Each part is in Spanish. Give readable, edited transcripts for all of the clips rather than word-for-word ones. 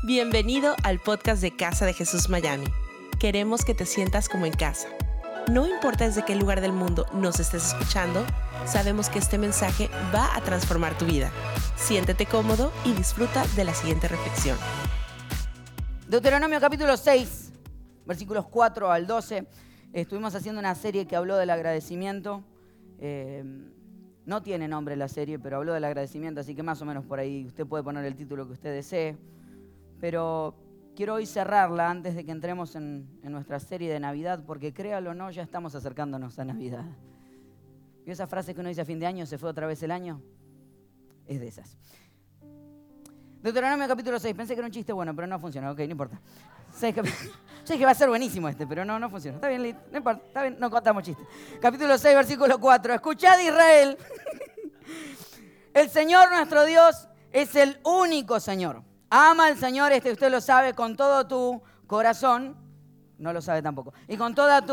Bienvenido al podcast de Casa de Jesús Miami. Queremos que te sientas como en casa. No importa desde qué lugar del mundo nos estés escuchando, sabemos que este mensaje va a transformar tu vida. Siéntete cómodo y disfruta de la siguiente reflexión. Deuteronomio capítulo 6, versículos 4 al 12. Estuvimos haciendo una serie que habló del agradecimiento. No tiene nombre la serie, pero habló del agradecimiento, así que más o menos por ahí usted puede poner el título que usted desee. Pero quiero hoy cerrarla antes de que entremos en nuestra serie de Navidad, porque créalo o no, ya estamos acercándonos a Navidad. ¿Y esa frase que uno dice a fin de año, se fue otra vez el año? Es de esas. Deuteronomio capítulo 6, pensé que era un chiste bueno, pero no funciona, ok, no importa. Sé que va a ser buenísimo pero no funciona. Está bien, no importa, está bien, no contamos chistes. Capítulo 6, versículo 4. Escuchad, Israel. El Señor nuestro Dios es el único Señor. Ama al Señor, usted lo sabe, con todo tu corazón. No lo sabe tampoco. Y con todas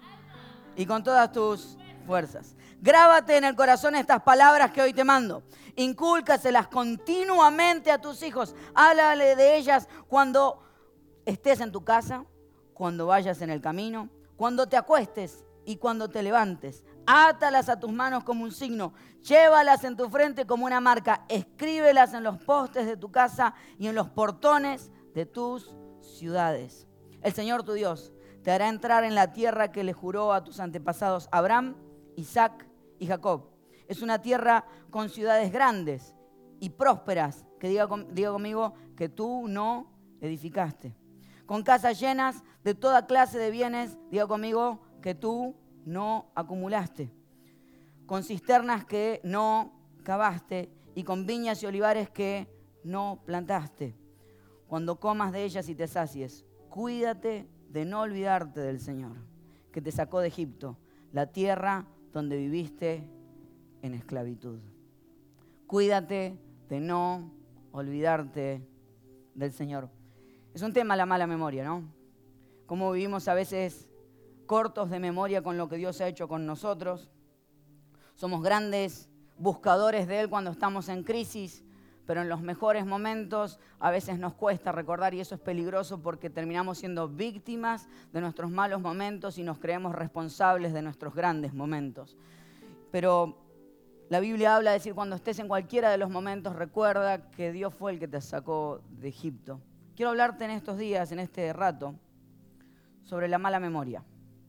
tus fuerzas. Grábate en el corazón estas palabras que hoy te mando. Incúlcaselas continuamente a tus hijos. Háblale de ellas cuando estés en tu casa, cuando vayas en el camino, cuando te acuestes y cuando te levantes. Átalas a tus manos como un signo. Llévalas en tu frente como una marca. Escríbelas en los postes de tu casa y en los portones de tus ciudades. El Señor tu Dios te hará entrar en la tierra que le juró a tus antepasados Abraham, Isaac y Jacob. Es una tierra con ciudades grandes y prósperas, que diga conmigo, que tú no edificaste. Con casas llenas de toda clase de bienes, diga conmigo, que tú no acumulaste. Con cisternas que no cavaste y con viñas y olivares que no plantaste. Cuando comas de ellas y te sacies, cuídate de no olvidarte del Señor, que te sacó de Egipto, la tierra donde viviste en esclavitud. Cuídate de no olvidarte del Señor. Es un tema la mala memoria, ¿no? Cómo vivimos a veces cortos de memoria con lo que Dios ha hecho con nosotros. Somos grandes buscadores de Él cuando estamos en crisis, pero en los mejores momentos a veces nos cuesta recordar y eso es peligroso porque terminamos siendo víctimas de nuestros malos momentos y nos creemos responsables de nuestros grandes momentos. Pero la Biblia habla de decir, cuando estés en cualquiera de los momentos, recuerda que Dios fue el que te sacó de Egipto. Quiero hablarte en estos días, en este rato, sobre la mala memoria.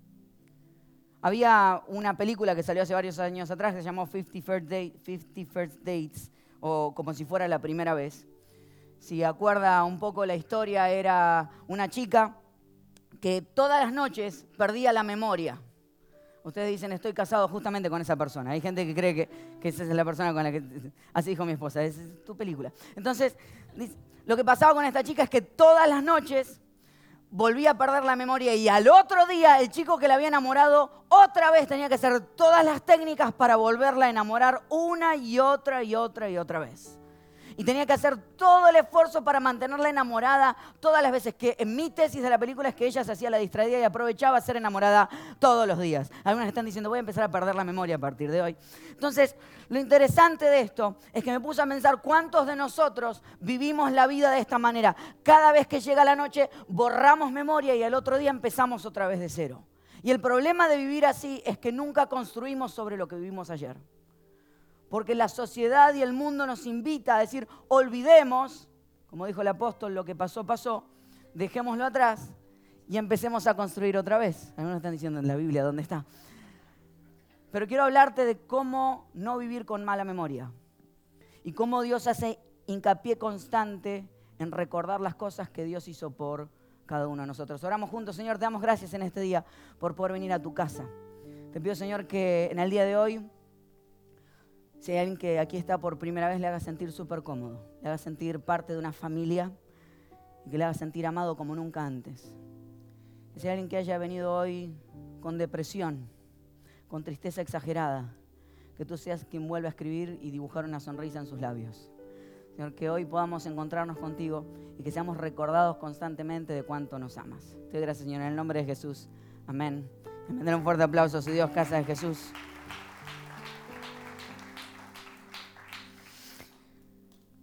Había una película que salió hace varios años atrás que se llamó 50 First Dates, o Como si fuera la primera vez. Si acuerda un poco la historia, era una chica que todas las noches perdía la memoria. Ustedes dicen, estoy casado justamente con esa persona. Hay gente que cree que esa es la persona con la que... Así dijo mi esposa, es tu película. Entonces, lo que pasaba con esta chica es que todas las noches volvía a perder la memoria y al otro día el chico que la había enamorado otra vez tenía que hacer todas las técnicas para volverla a enamorar una y otra vez. Y tenía que hacer todo el esfuerzo para mantenerla enamorada todas las veces. Que en mi tesis de la película es que ella se hacía la distraída y aprovechaba ser enamorada todos los días. Algunos están diciendo, voy a empezar a perder la memoria a partir de hoy. Entonces, lo interesante de esto es que me puse a pensar cuántos de nosotros vivimos la vida de esta manera. Cada vez que llega la noche, borramos memoria y al otro día empezamos otra vez de cero. Y el problema de vivir así es que nunca construimos sobre lo que vivimos ayer. Porque la sociedad y el mundo nos invita a decir, olvidemos, como dijo el apóstol, lo que pasó, pasó, dejémoslo atrás y empecemos a construir otra vez. Algunos están diciendo en la Biblia, ¿dónde está? Pero quiero hablarte de cómo no vivir con mala memoria y cómo Dios hace hincapié constante en recordar las cosas que Dios hizo por cada uno de nosotros. Oramos juntos. Señor, te damos gracias en este día por poder venir a tu casa. Te pido, Señor, que en el día de hoy, si hay alguien que aquí está por primera vez, le haga sentir súper cómodo, le haga sentir parte de una familia y que le haga sentir amado como nunca antes. Y si hay alguien que haya venido hoy con depresión, con tristeza exagerada, que tú seas quien vuelva a escribir y dibujar una sonrisa en sus labios. Señor, que hoy podamos encontrarnos contigo y que seamos recordados constantemente de cuánto nos amas. Te doy gracias, Señor, en el nombre de Jesús. Amén. Den un fuerte aplauso a su Dios, Casa de Jesús. Quiero hablar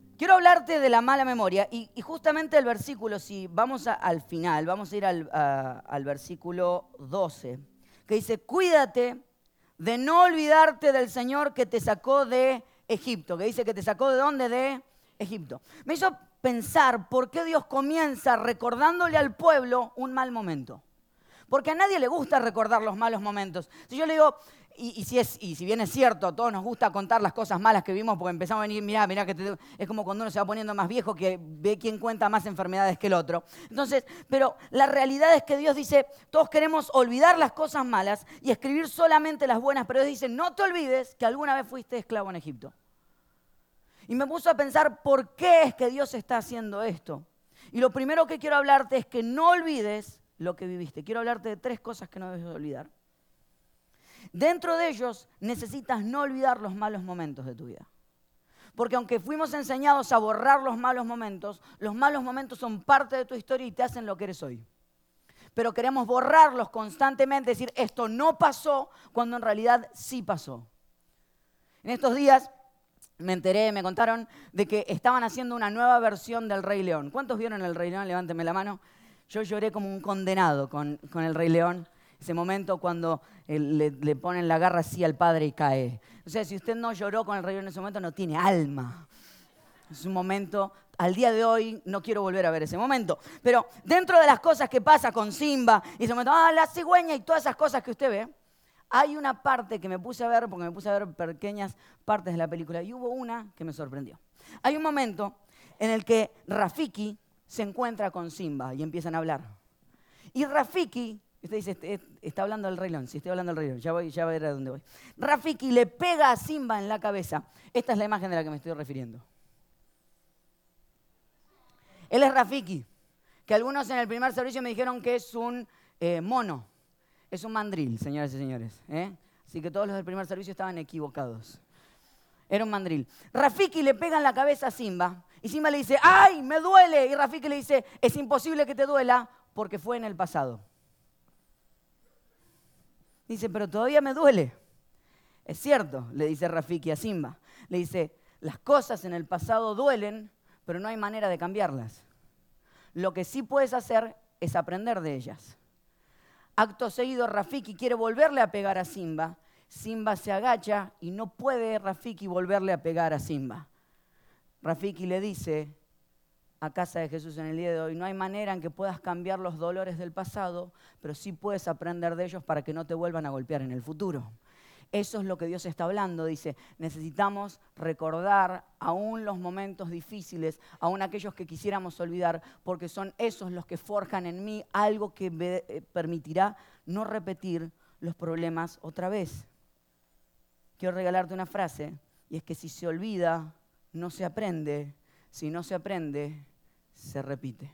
hablarte de la mala memoria. Y justamente el versículo, si vamos al final, vamos a ir al versículo 12, que dice, cuídate de no olvidarte del Señor que te sacó de Egipto. Que dice que te sacó ¿de dónde? De Egipto. Me hizo pensar por qué Dios comienza recordándole al pueblo un mal momento. Porque a nadie le gusta recordar los malos momentos. Si yo le digo, y si bien es cierto, a todos nos gusta contar las cosas malas que vimos porque empezamos a venir, mirá, que es como cuando uno se va poniendo más viejo que ve quién cuenta más enfermedades que el otro. Entonces, pero la realidad es que Dios dice, todos queremos olvidar las cosas malas y escribir solamente las buenas, pero Dios dice, no te olvides que alguna vez fuiste esclavo en Egipto. Y me puso a pensar por qué es que Dios está haciendo esto. Y lo primero que quiero hablarte es que no olvides lo que viviste. Quiero hablarte de 3 cosas que no debes olvidar. Dentro de ellos necesitas no olvidar los malos momentos de tu vida. Porque aunque fuimos enseñados a borrar los malos momentos son parte de tu historia y te hacen lo que eres hoy. Pero queremos borrarlos constantemente, decir esto no pasó cuando en realidad sí pasó. En estos días me contaron de que estaban haciendo una nueva versión del Rey León. ¿Cuántos vieron el Rey León? Levánteme la mano. Yo lloré como un condenado con el Rey León. Ese momento cuando le ponen la garra así al padre y cae. O sea, si usted no lloró con el Rey León en ese momento, no tiene alma. Es un momento, al día de hoy, no quiero volver a ver ese momento. Pero dentro de las cosas que pasa con Simba, y ese momento, la cigüeña y todas esas cosas que usted ve, hay una parte que me puse a ver, porque me puse a ver pequeñas partes de la película, y hubo una que me sorprendió. Hay un momento en el que Rafiki se encuentra con Simba y empiezan a hablar. Y Rafiki, usted dice, está hablando del Rey León, sí, estoy hablando del Rey León, ya voy a ver a dónde voy. Rafiki le pega a Simba en la cabeza. Esta es la imagen de la que me estoy refiriendo. Él es Rafiki, que algunos en el primer servicio me dijeron que es un mono, es un mandril, señoras y señores. Así que todos los del primer servicio estaban equivocados. Era un mandril. Rafiki le pega en la cabeza a Simba y Simba le dice, ¡ay, me duele! Y Rafiki le dice, es imposible que te duela porque fue en el pasado. Dice, pero todavía me duele. Es cierto, le dice Rafiki a Simba. Le dice, las cosas en el pasado duelen, pero no hay manera de cambiarlas. Lo que sí puedes hacer es aprender de ellas. Acto seguido, Rafiki quiere volverle a pegar a Simba. Simba se agacha y no puede Rafiki volverle a pegar a Simba. Rafiki le dice a casa de Jesús en el día de hoy, no hay manera en que puedas cambiar los dolores del pasado, pero sí puedes aprender de ellos para que no te vuelvan a golpear en el futuro. Eso es lo que Dios está hablando, dice, necesitamos recordar aún los momentos difíciles, aún aquellos que quisiéramos olvidar, porque son esos los que forjan en mí algo que me permitirá no repetir los problemas otra vez. Quiero regalarte una frase, y es que si se olvida, no se aprende. Si no se aprende, se repite.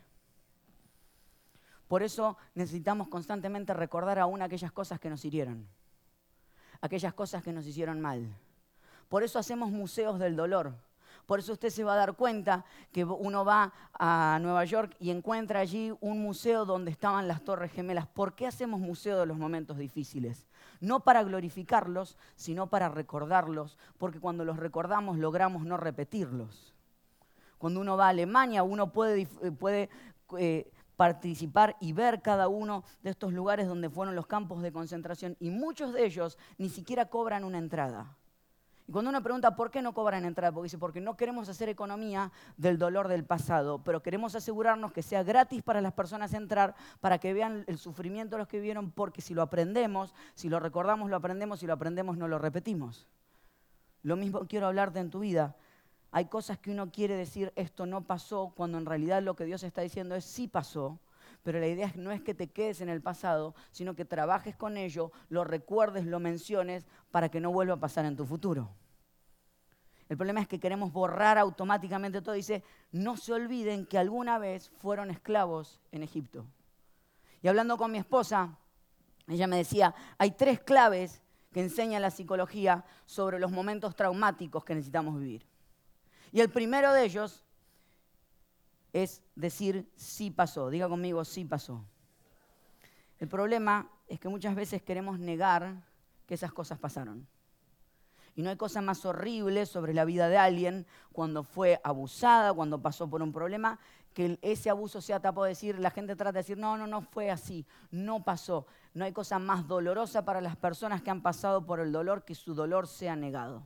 Por eso necesitamos constantemente recordar aún aquellas cosas que nos hirieron, aquellas cosas que nos hicieron mal. Por eso hacemos museos del dolor. Por eso usted se va a dar cuenta que uno va a Nueva York y encuentra allí un museo donde estaban las Torres Gemelas. ¿Por qué hacemos museo de los momentos difíciles? No para glorificarlos, sino para recordarlos, porque cuando los recordamos logramos no repetirlos. Cuando uno va a Alemania, uno puede participar y ver cada uno de estos lugares donde fueron los campos de concentración, y muchos de ellos ni siquiera cobran una entrada. Y cuando uno pregunta por qué no cobran entrada, porque dice, porque no queremos hacer economía del dolor del pasado, pero queremos asegurarnos que sea gratis para las personas entrar, para que vean el sufrimiento de los que vivieron, porque si lo aprendemos, si lo recordamos, lo aprendemos, si lo aprendemos, no lo repetimos. Lo mismo quiero hablarte en tu vida. Hay cosas que uno quiere decir, esto no pasó, cuando en realidad lo que Dios está diciendo es, sí pasó. Pero la idea no es que te quedes en el pasado, sino que trabajes con ello, lo recuerdes, lo menciones, para que no vuelva a pasar en tu futuro. El problema es que queremos borrar automáticamente todo. Dice, no se olviden que alguna vez fueron esclavos en Egipto. Y hablando con mi esposa, ella me decía, hay 3 claves que enseña la psicología sobre los momentos traumáticos que necesitamos vivir. Y el primero de ellos es decir, sí pasó. Diga conmigo, sí pasó. El problema es que muchas veces queremos negar que esas cosas pasaron. Y no hay cosa más horrible sobre la vida de alguien cuando fue abusada, cuando pasó por un problema, que ese abuso sea tapado de decir, la gente trata de decir, no fue así, no pasó. No hay cosa más dolorosa para las personas que han pasado por el dolor que su dolor sea negado.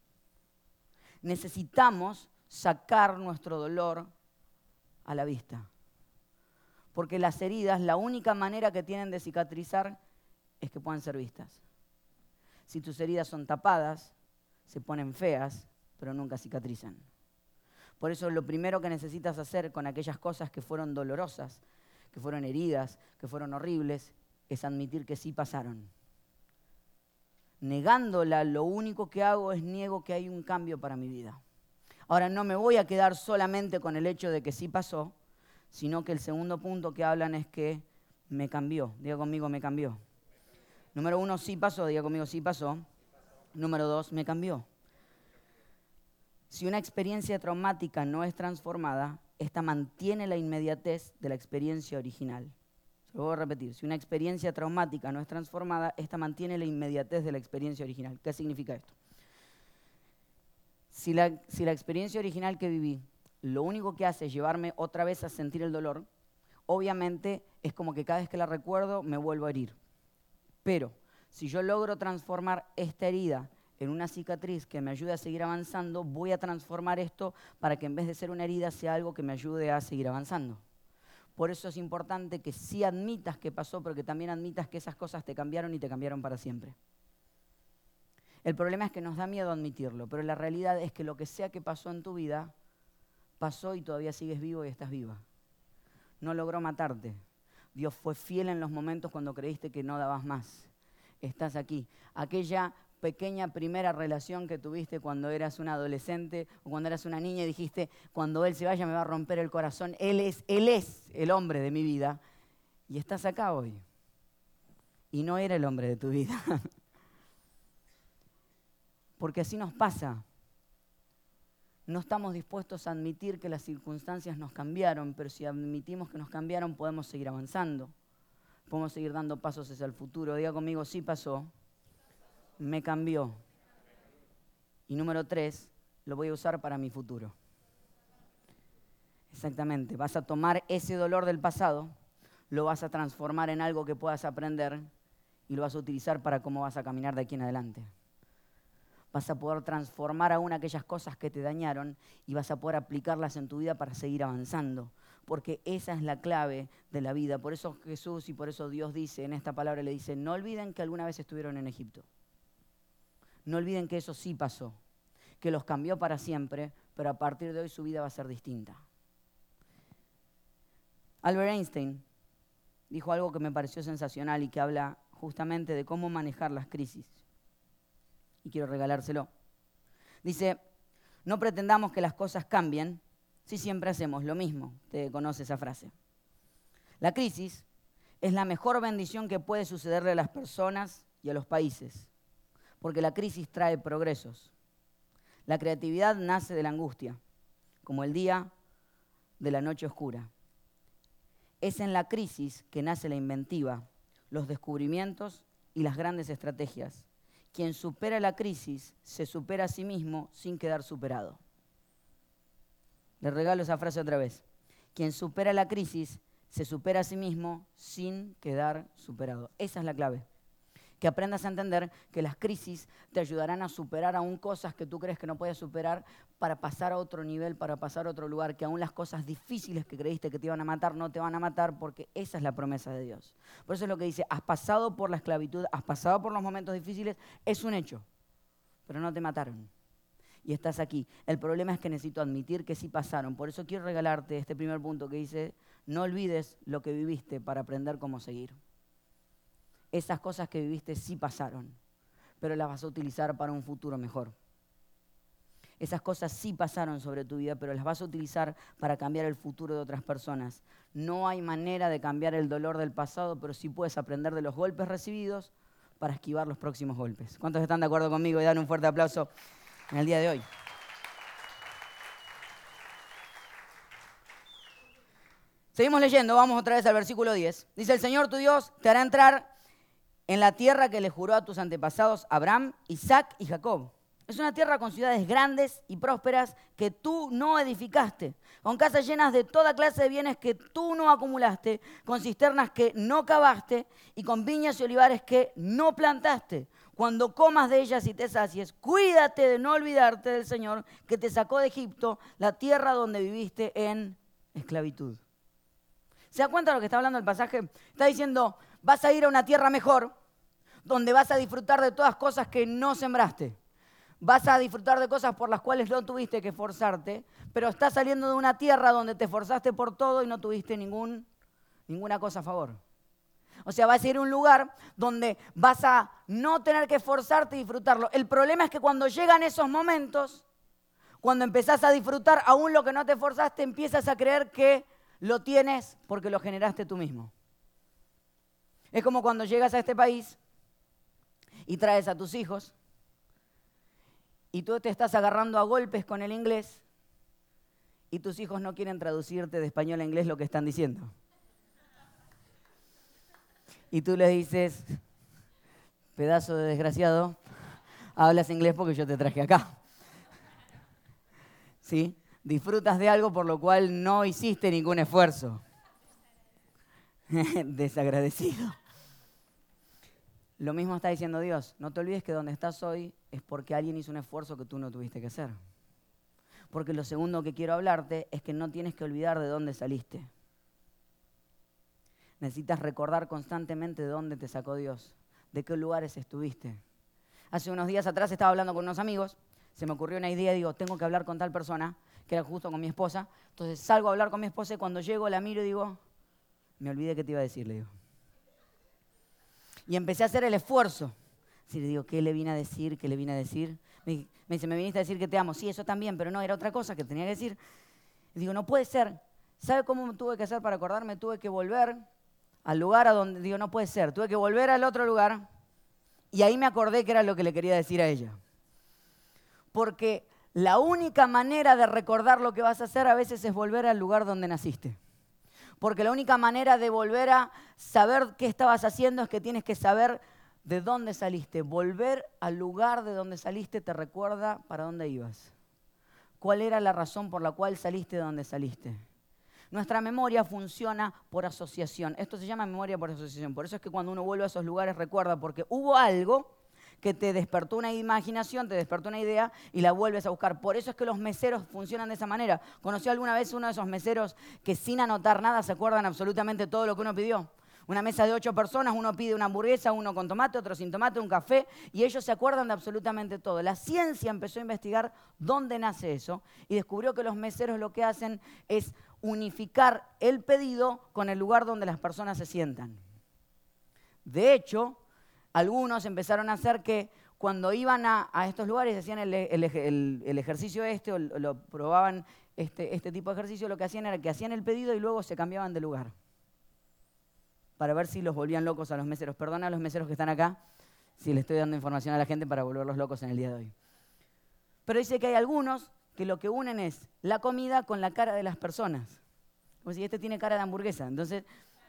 Necesitamos sacar nuestro dolor a la vista. Porque las heridas, la única manera que tienen de cicatrizar es que puedan ser vistas. Si tus heridas son tapadas, se ponen feas, pero nunca cicatrizan. Por eso lo primero que necesitas hacer con aquellas cosas que fueron dolorosas, que fueron heridas, que fueron horribles, es admitir que sí pasaron. Negándola, lo único que hago es niego que hay un cambio para mi vida. Ahora, no me voy a quedar solamente con el hecho de que sí pasó, sino que el segundo punto que hablan es que me cambió. Diga conmigo, me cambió. Número 1, sí pasó. Diga conmigo, sí pasó. Número 2, me cambió. Si una experiencia traumática no es transformada, esta mantiene la inmediatez de la experiencia original. Se lo voy a repetir. Si una experiencia traumática no es transformada, esta mantiene la inmediatez de la experiencia original. ¿Qué significa esto? Si la experiencia original que viví, lo único que hace es llevarme otra vez a sentir el dolor, obviamente es como que cada vez que la recuerdo me vuelvo a herir. Pero si yo logro transformar esta herida en una cicatriz que me ayude a seguir avanzando, voy a transformar esto para que en vez de ser una herida sea algo que me ayude a seguir avanzando. Por eso es importante que sí admitas que pasó, pero que también admitas que esas cosas te cambiaron y te cambiaron para siempre. El problema es que nos da miedo admitirlo, pero la realidad es que lo que sea que pasó en tu vida, pasó y todavía sigues vivo y estás viva. No logró matarte. Dios fue fiel en los momentos cuando creíste que no dabas más. Estás aquí. Aquella pequeña primera relación que tuviste cuando eras un adolescente o cuando eras una niña y dijiste, cuando él se vaya me va a romper el corazón. Él es el hombre de mi vida. Y estás acá hoy. Y no era el hombre de tu vida. Porque así nos pasa. No estamos dispuestos a admitir que las circunstancias nos cambiaron, pero si admitimos que nos cambiaron, podemos seguir avanzando. Podemos seguir dando pasos hacia el futuro. Diga conmigo, sí pasó, me cambió. Y número 3, lo voy a usar para mi futuro. Exactamente, vas a tomar ese dolor del pasado, lo vas a transformar en algo que puedas aprender y lo vas a utilizar para cómo vas a caminar de aquí en adelante. Vas a poder transformar aún aquellas cosas que te dañaron y vas a poder aplicarlas en tu vida para seguir avanzando. Porque esa es la clave de la vida. Por eso Jesús y por eso Dios dice, en esta palabra le dice, no olviden que alguna vez estuvieron en Egipto. No olviden que eso sí pasó, que los cambió para siempre, pero a partir de hoy su vida va a ser distinta. Albert Einstein dijo algo que me pareció sensacional y que habla justamente de cómo manejar las crisis. Y quiero regalárselo. Dice, no pretendamos que las cosas cambien si siempre hacemos lo mismo. Usted conoce esa frase. La crisis es la mejor bendición que puede sucederle a las personas y a los países, porque la crisis trae progresos. La creatividad nace de la angustia, como el día de la noche oscura. Es en la crisis que nace la inventiva, los descubrimientos y las grandes estrategias. Quien supera la crisis se supera a sí mismo sin quedar superado. Le regalo esa frase otra vez. Quien supera la crisis se supera a sí mismo sin quedar superado. Esa es la clave. Que aprendas a entender que las crisis te ayudarán a superar aún cosas que tú crees que no puedes superar para pasar a otro nivel, para pasar a otro lugar, que aún las cosas difíciles que creíste que te iban a matar no te van a matar, porque esa es la promesa de Dios. Por eso es lo que dice, has pasado por la esclavitud, has pasado por los momentos difíciles, es un hecho, pero no te mataron. Y estás aquí. El problema es que necesito admitir que sí pasaron. Por eso quiero regalarte este primer punto que dice, no olvides lo que viviste para aprender cómo seguir. Esas cosas que viviste sí pasaron, pero las vas a utilizar para un futuro mejor. Esas cosas sí pasaron sobre tu vida, pero las vas a utilizar para cambiar el futuro de otras personas. No hay manera de cambiar el dolor del pasado, pero sí puedes aprender de los golpes recibidos para esquivar los próximos golpes. ¿Cuántos están de acuerdo conmigo? Y dan un fuerte aplauso en el día de hoy. Seguimos leyendo, vamos otra vez al versículo 10. Dice, el Señor tu Dios te hará entrar en la tierra que le juró a tus antepasados Abraham, Isaac y Jacob. Es una tierra con ciudades grandes y prósperas que tú no edificaste, con casas llenas de toda clase de bienes que tú no acumulaste, con cisternas que no cavaste y con viñas y olivares que no plantaste. Cuando comas de ellas y te sacies, cuídate de no olvidarte del Señor que te sacó de Egipto, la tierra donde viviste en esclavitud. ¿Se da cuenta de lo que está hablando el pasaje? Está diciendo, vas a ir a una tierra mejor, donde vas a disfrutar de todas cosas que no sembraste. Vas a disfrutar de cosas por las cuales no tuviste que esforzarte, pero estás saliendo de una tierra donde te esforzaste por todo y no tuviste ninguna cosa a favor. O sea, vas a ir a un lugar donde vas a no tener que esforzarte y disfrutarlo. El problema es que cuando llegan esos momentos, cuando empezás a disfrutar aún lo que no te esforzaste, empiezas a creer que lo tienes porque lo generaste tú mismo. Es como cuando llegas a este país y traes a tus hijos y tú te estás agarrando a golpes con el inglés y tus hijos no quieren traducirte de español a inglés lo que están diciendo. Y tú les dices, pedazo de desgraciado, hablas inglés porque yo te traje acá. ¿Sí? Disfrutas de algo por lo cual no hiciste ningún esfuerzo. Desagradecido. Lo mismo está diciendo Dios. No te olvides que donde estás hoy es porque alguien hizo un esfuerzo que tú no tuviste que hacer. Porque lo segundo que quiero hablarte es que no tienes que olvidar de dónde saliste. Necesitas recordar constantemente de dónde te sacó Dios, de qué lugares estuviste. Hace unos días atrás estaba hablando con unos amigos, se me ocurrió una idea, digo, tengo que hablar con tal persona, que era justo con mi esposa. Entonces salgo a hablar con mi esposa y cuando llego la miro y digo, me olvidé qué te iba a decir, le digo. Y empecé a hacer el esfuerzo. Si le digo, ¿qué le vine a decir? ¿Qué le vine a decir? Me dice, me viniste a decir que te amo. Sí, eso también, pero no, era otra cosa que tenía que decir. Y digo, no puede ser. ¿Sabe cómo me tuve que hacer para acordarme? Tuve que volver al lugar a donde, digo, no puede ser. Tuve que volver al otro lugar y ahí me acordé que era lo que le quería decir a ella. Porque la única manera de recordar lo que vas a hacer a veces es volver al lugar donde naciste. Porque la única manera de volver a saber qué estabas haciendo es que tienes que saber de dónde saliste. Volver al lugar de donde saliste te recuerda para dónde ibas. ¿Cuál era la razón por la cual saliste de donde saliste? Nuestra memoria funciona por asociación. Esto se llama memoria por asociación. Por eso es que cuando uno vuelve a esos lugares recuerda, porque hubo algo que te despertó una imaginación, te despertó una idea y la vuelves a buscar. Por eso es que los meseros funcionan de esa manera. ¿Conoció alguna vez uno de esos meseros que sin anotar nada se acuerdan absolutamente todo lo que uno pidió? Una mesa de 8 personas, uno pide una hamburguesa, uno con tomate, otro sin tomate, un café, y ellos se acuerdan de absolutamente todo. La ciencia empezó a investigar dónde nace eso y descubrió que los meseros lo que hacen es unificar el pedido con el lugar donde las personas se sientan. De hecho, algunos empezaron a hacer que cuando iban a estos lugares, hacían el ejercicio o lo probaban este tipo de ejercicio, lo que hacían era que hacían el pedido y luego se cambiaban de lugar. Para ver si los volvían locos a los meseros. Perdona a los meseros que están acá, si le estoy dando información a la gente para volverlos locos en el día de hoy. Pero dice que hay algunos que lo que unen es la comida con la cara de las personas. Como si este tiene cara de hamburguesa, entonces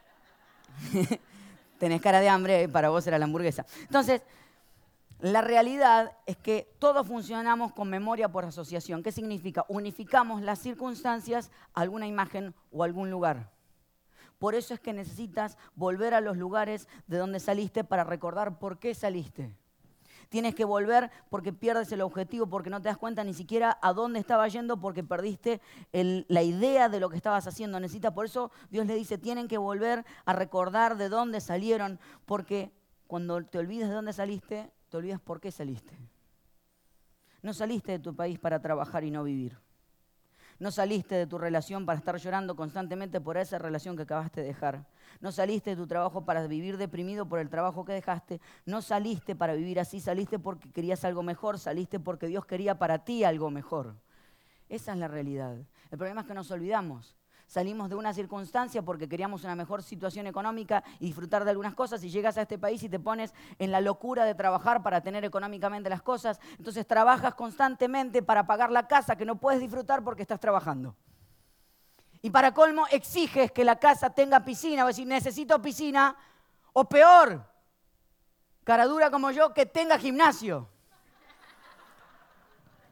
tenés cara de hambre, para vos era la hamburguesa. Entonces, la realidad es que todos funcionamos con memoria por asociación. ¿Qué significa? Unificamos las circunstancias a alguna imagen o a algún lugar. Por eso es que necesitas volver a los lugares de donde saliste para recordar por qué saliste. Tienes que volver porque pierdes el objetivo, porque no te das cuenta ni siquiera a dónde estabas yendo, porque perdiste la idea de lo que estabas haciendo. Por eso Dios le dice, tienen que volver a recordar de dónde salieron, porque cuando te olvidas de dónde saliste, te olvidas por qué saliste. No saliste de tu país para trabajar y no vivir. No saliste de tu relación para estar llorando constantemente por esa relación que acabaste de dejar. No saliste de tu trabajo para vivir deprimido por el trabajo que dejaste. No saliste para vivir así, saliste porque querías algo mejor, saliste porque Dios quería para ti algo mejor. Esa es la realidad. El problema es que nos olvidamos. Salimos de una circunstancia porque queríamos una mejor situación económica y disfrutar de algunas cosas, y llegas a este país y te pones en la locura de trabajar para tener económicamente las cosas. Entonces trabajas constantemente para pagar la casa que no puedes disfrutar porque estás trabajando. Y para colmo exiges que la casa tenga piscina, o decir, necesito piscina, o peor, cara dura como yo, que tenga gimnasio.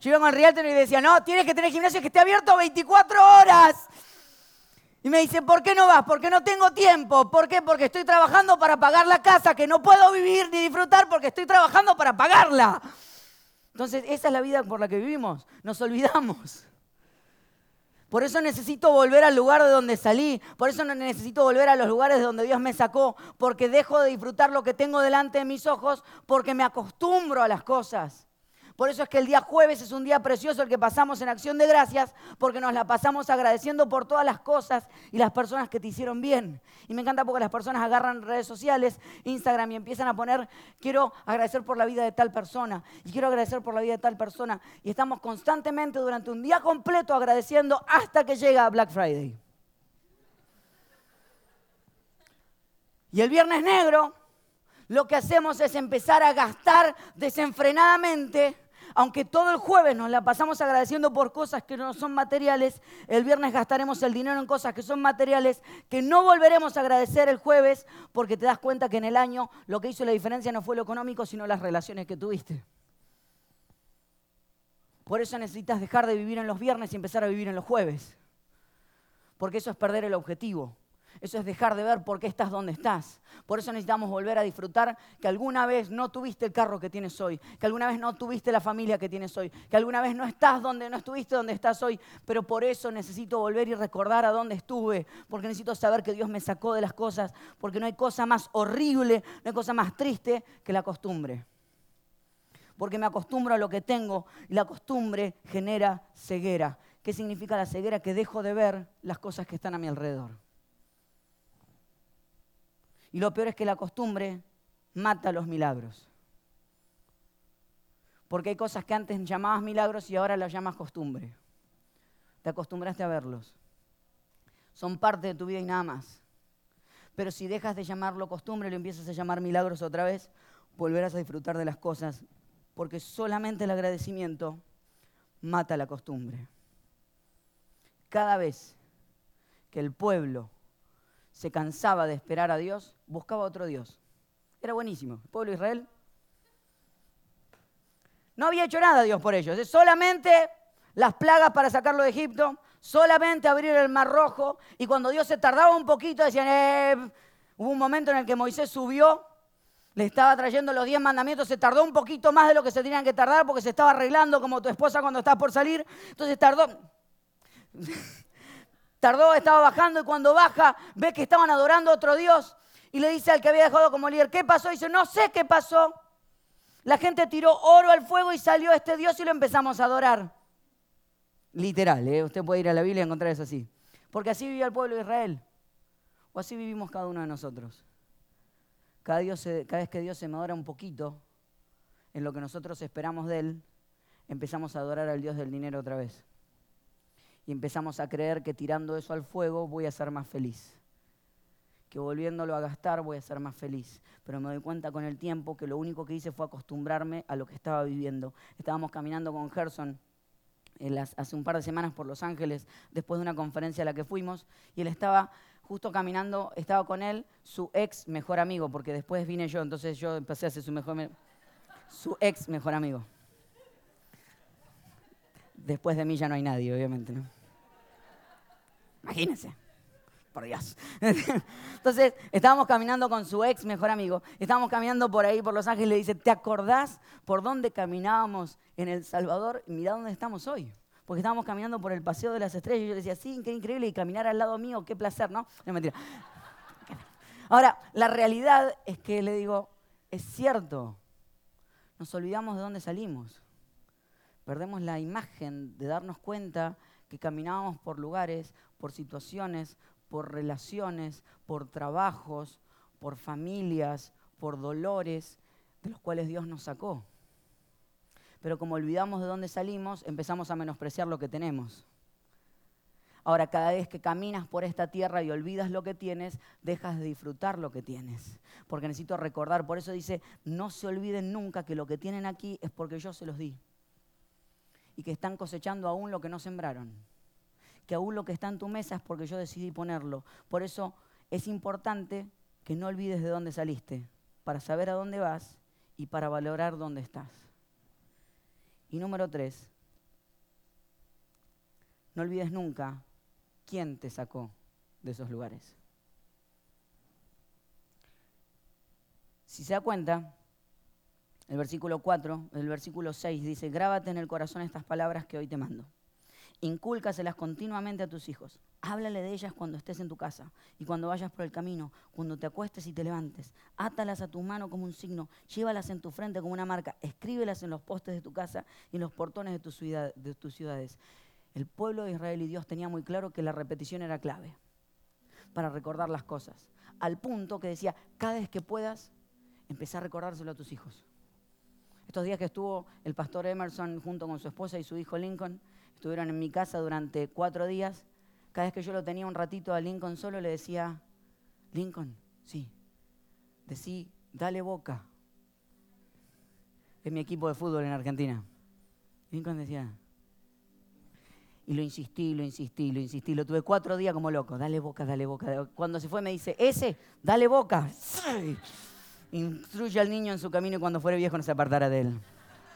Yo iba con el realtor y le decía, no, tienes que tener gimnasio que esté abierto 24 horas. Y me dice, ¿por qué no vas? Porque no tengo tiempo. ¿Por qué? Porque estoy trabajando para pagar la casa, que no puedo vivir ni disfrutar porque estoy trabajando para pagarla. Entonces, esa es la vida por la que vivimos. Nos olvidamos. Por eso necesito volver al lugar de donde salí. Por eso necesito volver a los lugares de donde Dios me sacó. Porque dejo de disfrutar lo que tengo delante de mis ojos. Porque me acostumbro a las cosas. Por eso es que el día jueves es un día precioso el que pasamos en Acción de Gracias, porque nos la pasamos agradeciendo por todas las cosas y las personas que te hicieron bien. Y me encanta porque las personas agarran redes sociales, Instagram, y empiezan a poner, quiero agradecer por la vida de tal persona, y quiero agradecer por la vida de tal persona. Y estamos constantemente durante un día completo agradeciendo hasta que llega Black Friday. Y el Viernes Negro, lo que hacemos es empezar a gastar desenfrenadamente. Aunque todo el jueves nos la pasamos agradeciendo por cosas que no son materiales, el viernes gastaremos el dinero en cosas que son materiales, que no volveremos a agradecer el jueves, porque te das cuenta que en el año lo que hizo la diferencia no fue lo económico, sino las relaciones que tuviste. Por eso necesitas dejar de vivir en los viernes y empezar a vivir en los jueves. Porque eso es perder el objetivo. Eso es dejar de ver por qué estás donde estás. Por eso necesitamos volver a disfrutar que alguna vez no tuviste el carro que tienes hoy, que alguna vez no tuviste la familia que tienes hoy, que alguna vez no estás donde no estuviste donde estás hoy, pero por eso necesito volver y recordar a dónde estuve, porque necesito saber que Dios me sacó de las cosas, porque no hay cosa más horrible, no hay cosa más triste que la costumbre. Porque me acostumbro a lo que tengo y la costumbre genera ceguera. ¿Qué significa la ceguera? Que dejo de ver las cosas que están a mi alrededor. Y lo peor es que la costumbre mata los milagros. Porque hay cosas que antes llamabas milagros y ahora las llamas costumbre. Te acostumbraste a verlos. Son parte de tu vida y nada más. Pero si dejas de llamarlo costumbre y lo empiezas a llamar milagros otra vez, volverás a disfrutar de las cosas. Porque solamente el agradecimiento mata la costumbre. Cada vez que el pueblo se cansaba de esperar a Dios, buscaba otro Dios. Era buenísimo. El pueblo de Israel no había hecho nada Dios por ellos. Solamente las plagas para sacarlo de Egipto, solamente abrir el Mar Rojo. Y cuando Dios se tardaba un poquito, decían, hubo un momento en el que Moisés subió, le estaba trayendo los 10 mandamientos, se tardó un poquito más de lo que se tenían que tardar porque se estaba arreglando como tu esposa cuando estás por salir. Entonces tardó, estaba bajando y cuando baja ve que estaban adorando a otro Dios y le dice al que había dejado como líder, ¿qué pasó? Y dice, no sé qué pasó. La gente tiró oro al fuego y salió este Dios y lo empezamos a adorar. Literal, usted puede ir a la Biblia y encontrar eso así. Porque así vivía el pueblo de Israel. O así vivimos cada uno de nosotros. Cada vez que Dios se madura un poquito en lo que nosotros esperamos de Él, empezamos a adorar al Dios del dinero otra vez. Y empezamos a creer que tirando eso al fuego voy a ser más feliz. Que volviéndolo a gastar voy a ser más feliz. Pero me doy cuenta con el tiempo que lo único que hice fue acostumbrarme a lo que estaba viviendo. Estábamos caminando con Gerson hace un par de semanas por Los Ángeles, después de una conferencia a la que fuimos, y él estaba justo caminando, estaba con él, su ex mejor amigo, porque después vine yo, entonces yo empecé a ser su ex mejor amigo. Después de mí ya no hay nadie, obviamente, ¿no? Imagínense, por Dios. Entonces, estábamos caminando con su ex mejor amigo, estábamos caminando por ahí, por Los Ángeles, y le dice, ¿te acordás por dónde caminábamos en El Salvador? Y mirá dónde estamos hoy. Porque estábamos caminando por el Paseo de las Estrellas y yo le decía, sí, qué increíble, y caminar al lado mío, qué placer, ¿no? No, mentira. Ahora, la realidad es que le digo, es cierto, nos olvidamos de dónde salimos. Perdemos la imagen de darnos cuenta que caminábamos por lugares, por situaciones, por relaciones, por trabajos, por familias, por dolores de los cuales Dios nos sacó. Pero como olvidamos de dónde salimos, empezamos a menospreciar lo que tenemos. Ahora, cada vez que caminas por esta tierra y olvidas lo que tienes, dejas de disfrutar lo que tienes. Porque necesito recordar, por eso dice, no se olviden nunca que lo que tienen aquí es porque yo se los di. Y que están cosechando aún lo que no sembraron. Que aún lo que está en tu mesa es porque yo decidí ponerlo. Por eso es importante que no olvides de dónde saliste, para saber a dónde vas y para valorar dónde estás. Y número 3, no olvides nunca quién te sacó de esos lugares. Si se da cuenta, el versículo 4, el versículo 6 dice, grábate en el corazón estas palabras que hoy te mando. Incúlcaselas continuamente a tus hijos. Háblale de ellas cuando estés en tu casa y cuando vayas por el camino, cuando te acuestes y te levantes. Átalas a tu mano como un signo, llévalas en tu frente como una marca, escríbelas en los postes de tu casa y en los portones de tus ciudades. El pueblo de Israel y Dios tenía muy claro que la repetición era clave para recordar las cosas. Al punto que decía, cada vez que puedas, empezá a recordárselo a tus hijos. Estos días que estuvo el pastor Emerson junto con su esposa y su hijo Lincoln, estuvieron en mi casa durante 4 días. Cada vez que yo lo tenía un ratito a Lincoln solo, le decía, Lincoln, sí, decí, dale Boca. Es mi equipo de fútbol en Argentina. Lincoln decía, y lo insistí, lo tuve 4 días como loco, dale Boca, dale Boca. Cuando se fue me dice, dale Boca. ¡Sí! Instruye al niño en su camino y cuando fuere viejo no se apartará de él.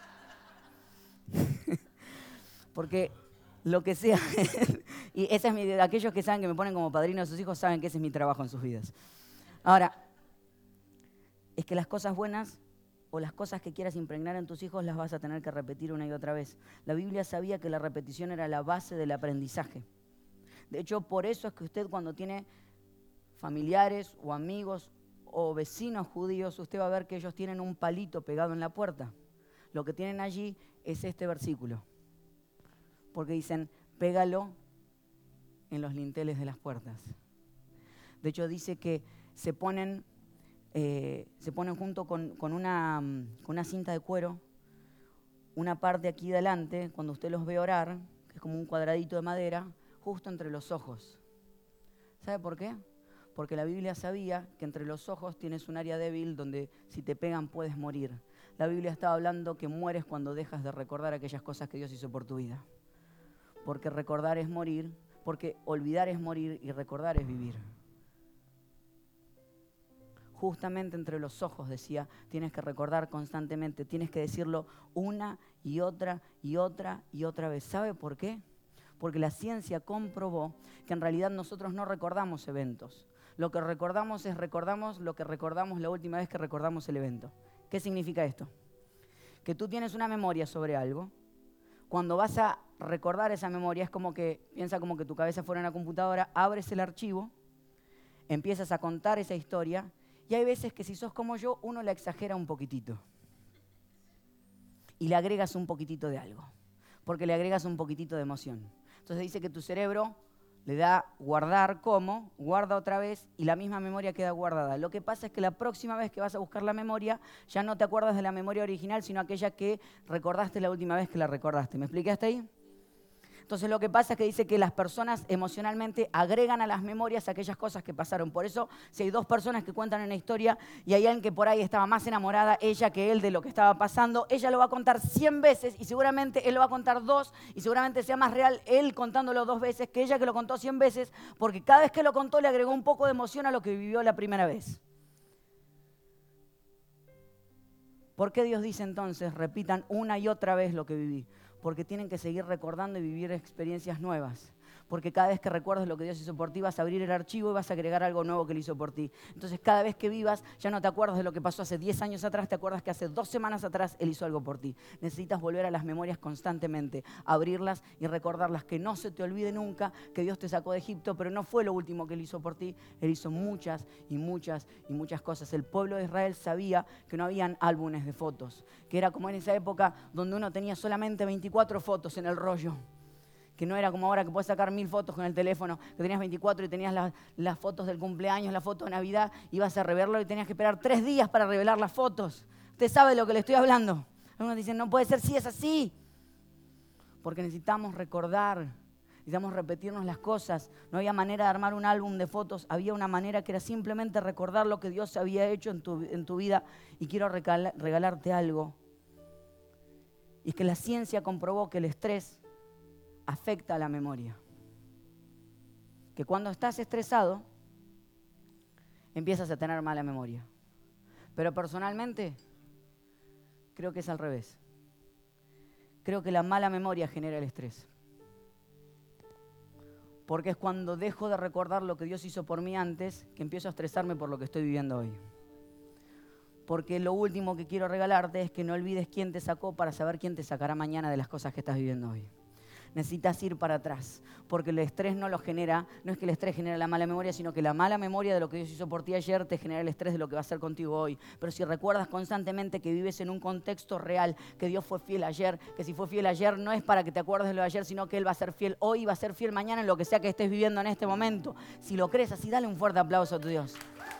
Porque lo que sea, y esa es aquellos que saben que me ponen como padrino de sus hijos saben que ese es mi trabajo en sus vidas. Ahora, es que las cosas buenas o las cosas que quieras impregnar en tus hijos las vas a tener que repetir una y otra vez. La Biblia sabía que la repetición era la base del aprendizaje. De hecho, por eso es que usted cuando tiene familiares o amigos o vecinos judíos, usted va a ver que ellos tienen un palito pegado en la puerta. Lo que tienen allí es este versículo. Porque dicen, pégalo en los linteles de las puertas. De hecho, dice que se ponen junto con una cinta de cuero, una parte aquí delante, cuando usted los ve orar, que es como un cuadradito de madera, justo entre los ojos. ¿Sabe por qué? Porque la Biblia sabía que entre los ojos tienes un área débil donde si te pegan puedes morir. La Biblia estaba hablando que mueres cuando dejas de recordar aquellas cosas que Dios hizo por tu vida. Porque recordar es morir, porque olvidar es morir y recordar es vivir. Justamente entre los ojos, decía, tienes que recordar constantemente, tienes que decirlo una y otra y otra y otra vez. ¿Sabe por qué? Porque la ciencia comprobó que en realidad nosotros no recordamos eventos. Lo que recordamos es recordamos lo que recordamos la última vez que recordamos el evento. ¿Qué significa esto? Que tú tienes una memoria sobre algo. Cuando vas a recordar esa memoria, es como que, piensa como que tu cabeza fuera una computadora, abres el archivo, empiezas a contar esa historia, y hay veces que si sos como yo, uno la exagera un poquitito. Y le agregas un poquitito de algo, porque le agregas un poquitito de emoción. Entonces dice que tu cerebro le da guardar como, guarda otra vez y la misma memoria queda guardada. Lo que pasa es que la próxima vez que vas a buscar la memoria, ya no te acuerdas de la memoria original, sino aquella que recordaste la última vez que la recordaste. ¿Me expliqué hasta ahí? Entonces lo que pasa es que dice que las personas emocionalmente agregan a las memorias aquellas cosas que pasaron. Por eso, si hay 2 personas que cuentan una historia y hay alguien que por ahí estaba más enamorada, ella que él, de lo que estaba pasando, ella lo va a contar 100 veces y seguramente él lo va a contar 2 y seguramente sea más real él contándolo 2 veces que ella que lo contó 100 veces, porque cada vez que lo contó le agregó un poco de emoción a lo que vivió la primera vez. ¿Por qué Dios dice entonces, repitan una y otra vez lo que viví? Porque tienen que seguir recordando y vivir experiencias nuevas. Porque cada vez que recuerdas lo que Dios hizo por ti, vas a abrir el archivo y vas a agregar algo nuevo que Él hizo por ti. Entonces, cada vez que vivas, ya no te acuerdas de lo que pasó hace 10 años atrás, te acuerdas que hace 2 semanas atrás Él hizo algo por ti. Necesitas volver a las memorias constantemente, abrirlas y recordarlas, que no se te olvide nunca que Dios te sacó de Egipto, pero no fue lo último que Él hizo por ti. Él hizo muchas y muchas y muchas cosas. El pueblo de Israel sabía que no habían álbumes de fotos, que era como en esa época donde uno tenía solamente 24 fotos en el rollo. Que no era como ahora que puedes sacar 1000 fotos con el teléfono, que tenías 24 y tenías las fotos del cumpleaños, la foto de Navidad, ibas a revelarlo y tenías que esperar 3 días para revelar las fotos. Usted sabe de lo que le estoy hablando. Algunos dicen, no puede ser, sí es así. Porque necesitamos recordar, necesitamos repetirnos las cosas. No había manera de armar un álbum de fotos, había una manera que era simplemente recordar lo que Dios había hecho en tu vida. Y quiero regalarte algo. Y es que la ciencia comprobó que el estrés afecta a la memoria. Que cuando estás estresado, empiezas a tener mala memoria. Pero personalmente, creo que es al revés. Creo que la mala memoria genera el estrés. Porque es cuando dejo de recordar lo que Dios hizo por mí antes que empiezo a estresarme por lo que estoy viviendo hoy. Porque lo último que quiero regalarte es que no olvides quién te sacó para saber quién te sacará mañana de las cosas que estás viviendo hoy. Necesitas ir para atrás, porque el estrés no lo genera, no es que el estrés genera la mala memoria, sino que la mala memoria de lo que Dios hizo por ti ayer te genera el estrés de lo que va a hacer contigo hoy. Pero si recuerdas constantemente que vives en un contexto real, que Dios fue fiel ayer, que si fue fiel ayer no es para que te acuerdes de lo de ayer, sino que Él va a ser fiel hoy y va a ser fiel mañana en lo que sea que estés viviendo en este momento. Si lo crees así, dale un fuerte aplauso a tu Dios.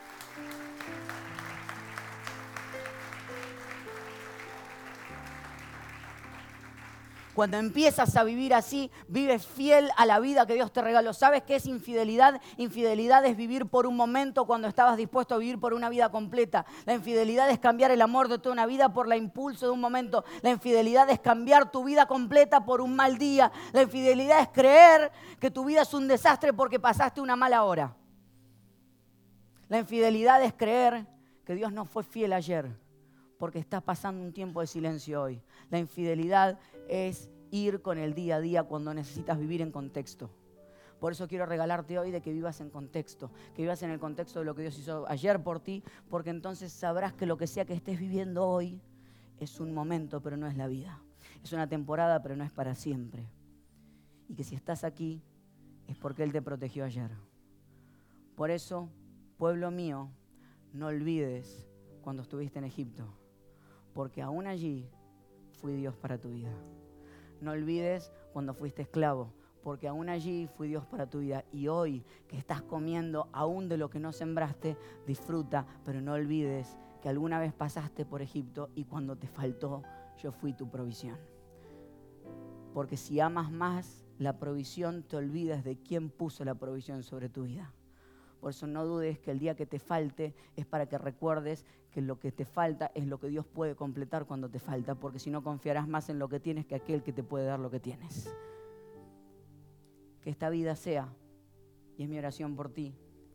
Cuando empiezas a vivir así, vives fiel a la vida que Dios te regaló. ¿Sabes qué es infidelidad? Infidelidad es vivir por un momento cuando estabas dispuesto a vivir por una vida completa. La infidelidad es cambiar el amor de toda una vida por el impulso de un momento. La infidelidad es cambiar tu vida completa por un mal día. La infidelidad es creer que tu vida es un desastre porque pasaste una mala hora. La infidelidad es creer que Dios no fue fiel ayer porque estás pasando un tiempo de silencio hoy. La infidelidad es ir con el día a día cuando necesitas vivir en contexto. Por eso quiero regalarte hoy de que vivas en contexto, que vivas en el contexto de lo que Dios hizo ayer por ti, porque entonces sabrás que lo que sea que estés viviendo hoy es un momento, pero no es la vida. Es una temporada, pero no es para siempre. Y que si estás aquí es porque Él te protegió ayer. Por eso, pueblo mío, no olvides cuando estuviste en Egipto, porque aún allí fui Dios para tu vida. No olvides cuando fuiste esclavo, porque aún allí fui Dios para tu vida. Y hoy que estás comiendo aún de lo que no sembraste, disfruta, pero no olvides que alguna vez pasaste por Egipto y cuando te faltó, yo fui tu provisión. Porque si amas más la provisión, te olvidas de quién puso la provisión sobre tu vida. Por eso no dudes que el día que te falte es para que recuerdes que lo que te falta es lo que Dios puede completar cuando te falta, porque si no confiarás más en lo que tienes que aquel que te puede dar lo que tienes. Que esta vida sea, y es mi oración por ti,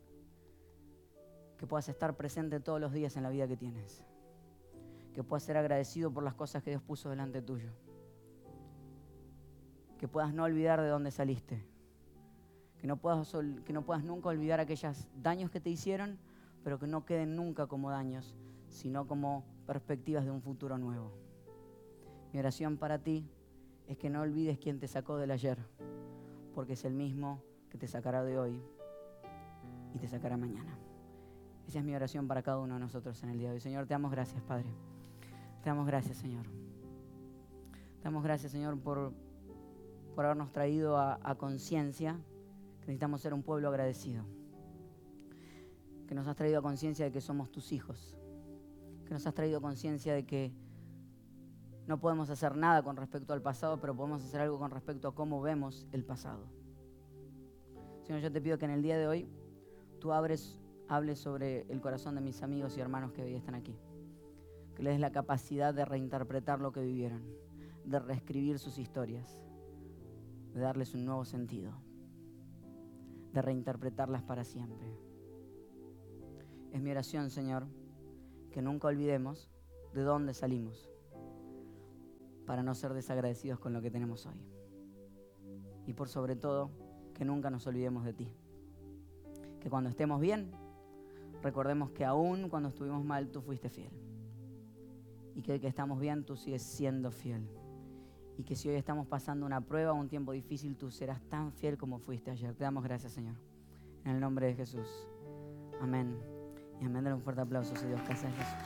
que puedas estar presente todos los días en la vida que tienes. Que puedas ser agradecido por las cosas que Dios puso delante tuyo. Que puedas no olvidar de dónde saliste. Que no puedas nunca olvidar aquellos daños que te hicieron, pero que no queden nunca como daños, sino como perspectivas de un futuro nuevo. Mi oración para ti es que no olvides quién te sacó del ayer, porque es el mismo que te sacará de hoy y te sacará mañana. Esa es mi oración para cada uno de nosotros en el día de hoy. Señor, te damos gracias, Padre. Te damos gracias, Señor. Te damos gracias, Señor, por habernos traído a conciencia que necesitamos ser un pueblo agradecido. Que nos has traído a conciencia de que somos tus hijos. Que nos has traído a conciencia de que no podemos hacer nada con respecto al pasado, pero podemos hacer algo con respecto a cómo vemos el pasado. Señor, yo te pido que en el día de hoy tú hables sobre el corazón de mis amigos y hermanos que hoy están aquí. Que les des la capacidad de reinterpretar lo que vivieron, de reescribir sus historias, de darles un nuevo sentido, de reinterpretarlas para siempre. Es mi oración, Señor, que nunca olvidemos de dónde salimos para no ser desagradecidos con lo que tenemos hoy. Y por sobre todo, que nunca nos olvidemos de ti. Que cuando estemos bien, recordemos que aún cuando estuvimos mal, tú fuiste fiel. Y que hoy que estamos bien, tú sigues siendo fiel. Y que si hoy estamos pasando una prueba, un tiempo difícil, tú serás tan fiel como fuiste ayer. Te damos gracias, Señor. En el nombre de Jesús. Amén. Y amén. Dale un fuerte aplauso, si Dios, casa de Jesús.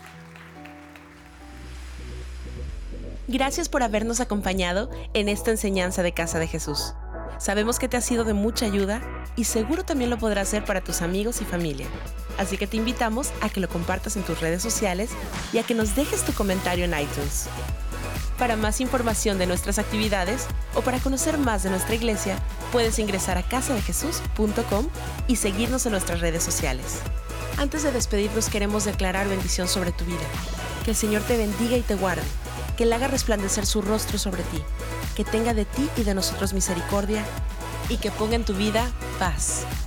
Gracias por habernos acompañado en esta enseñanza de Casa de Jesús. Sabemos que te ha sido de mucha ayuda y seguro también lo podrás hacer para tus amigos y familia. Así que te invitamos a que lo compartas en tus redes sociales y a que nos dejes tu comentario en iTunes. Para más información de nuestras actividades o para conocer más de nuestra iglesia, puedes ingresar a casadejesús.com y seguirnos en nuestras redes sociales. Antes de despedirnos, queremos declarar bendición sobre tu vida. Que el Señor te bendiga y te guarde, que Él haga resplandecer su rostro sobre ti, que tenga de ti y de nosotros misericordia y que ponga en tu vida paz.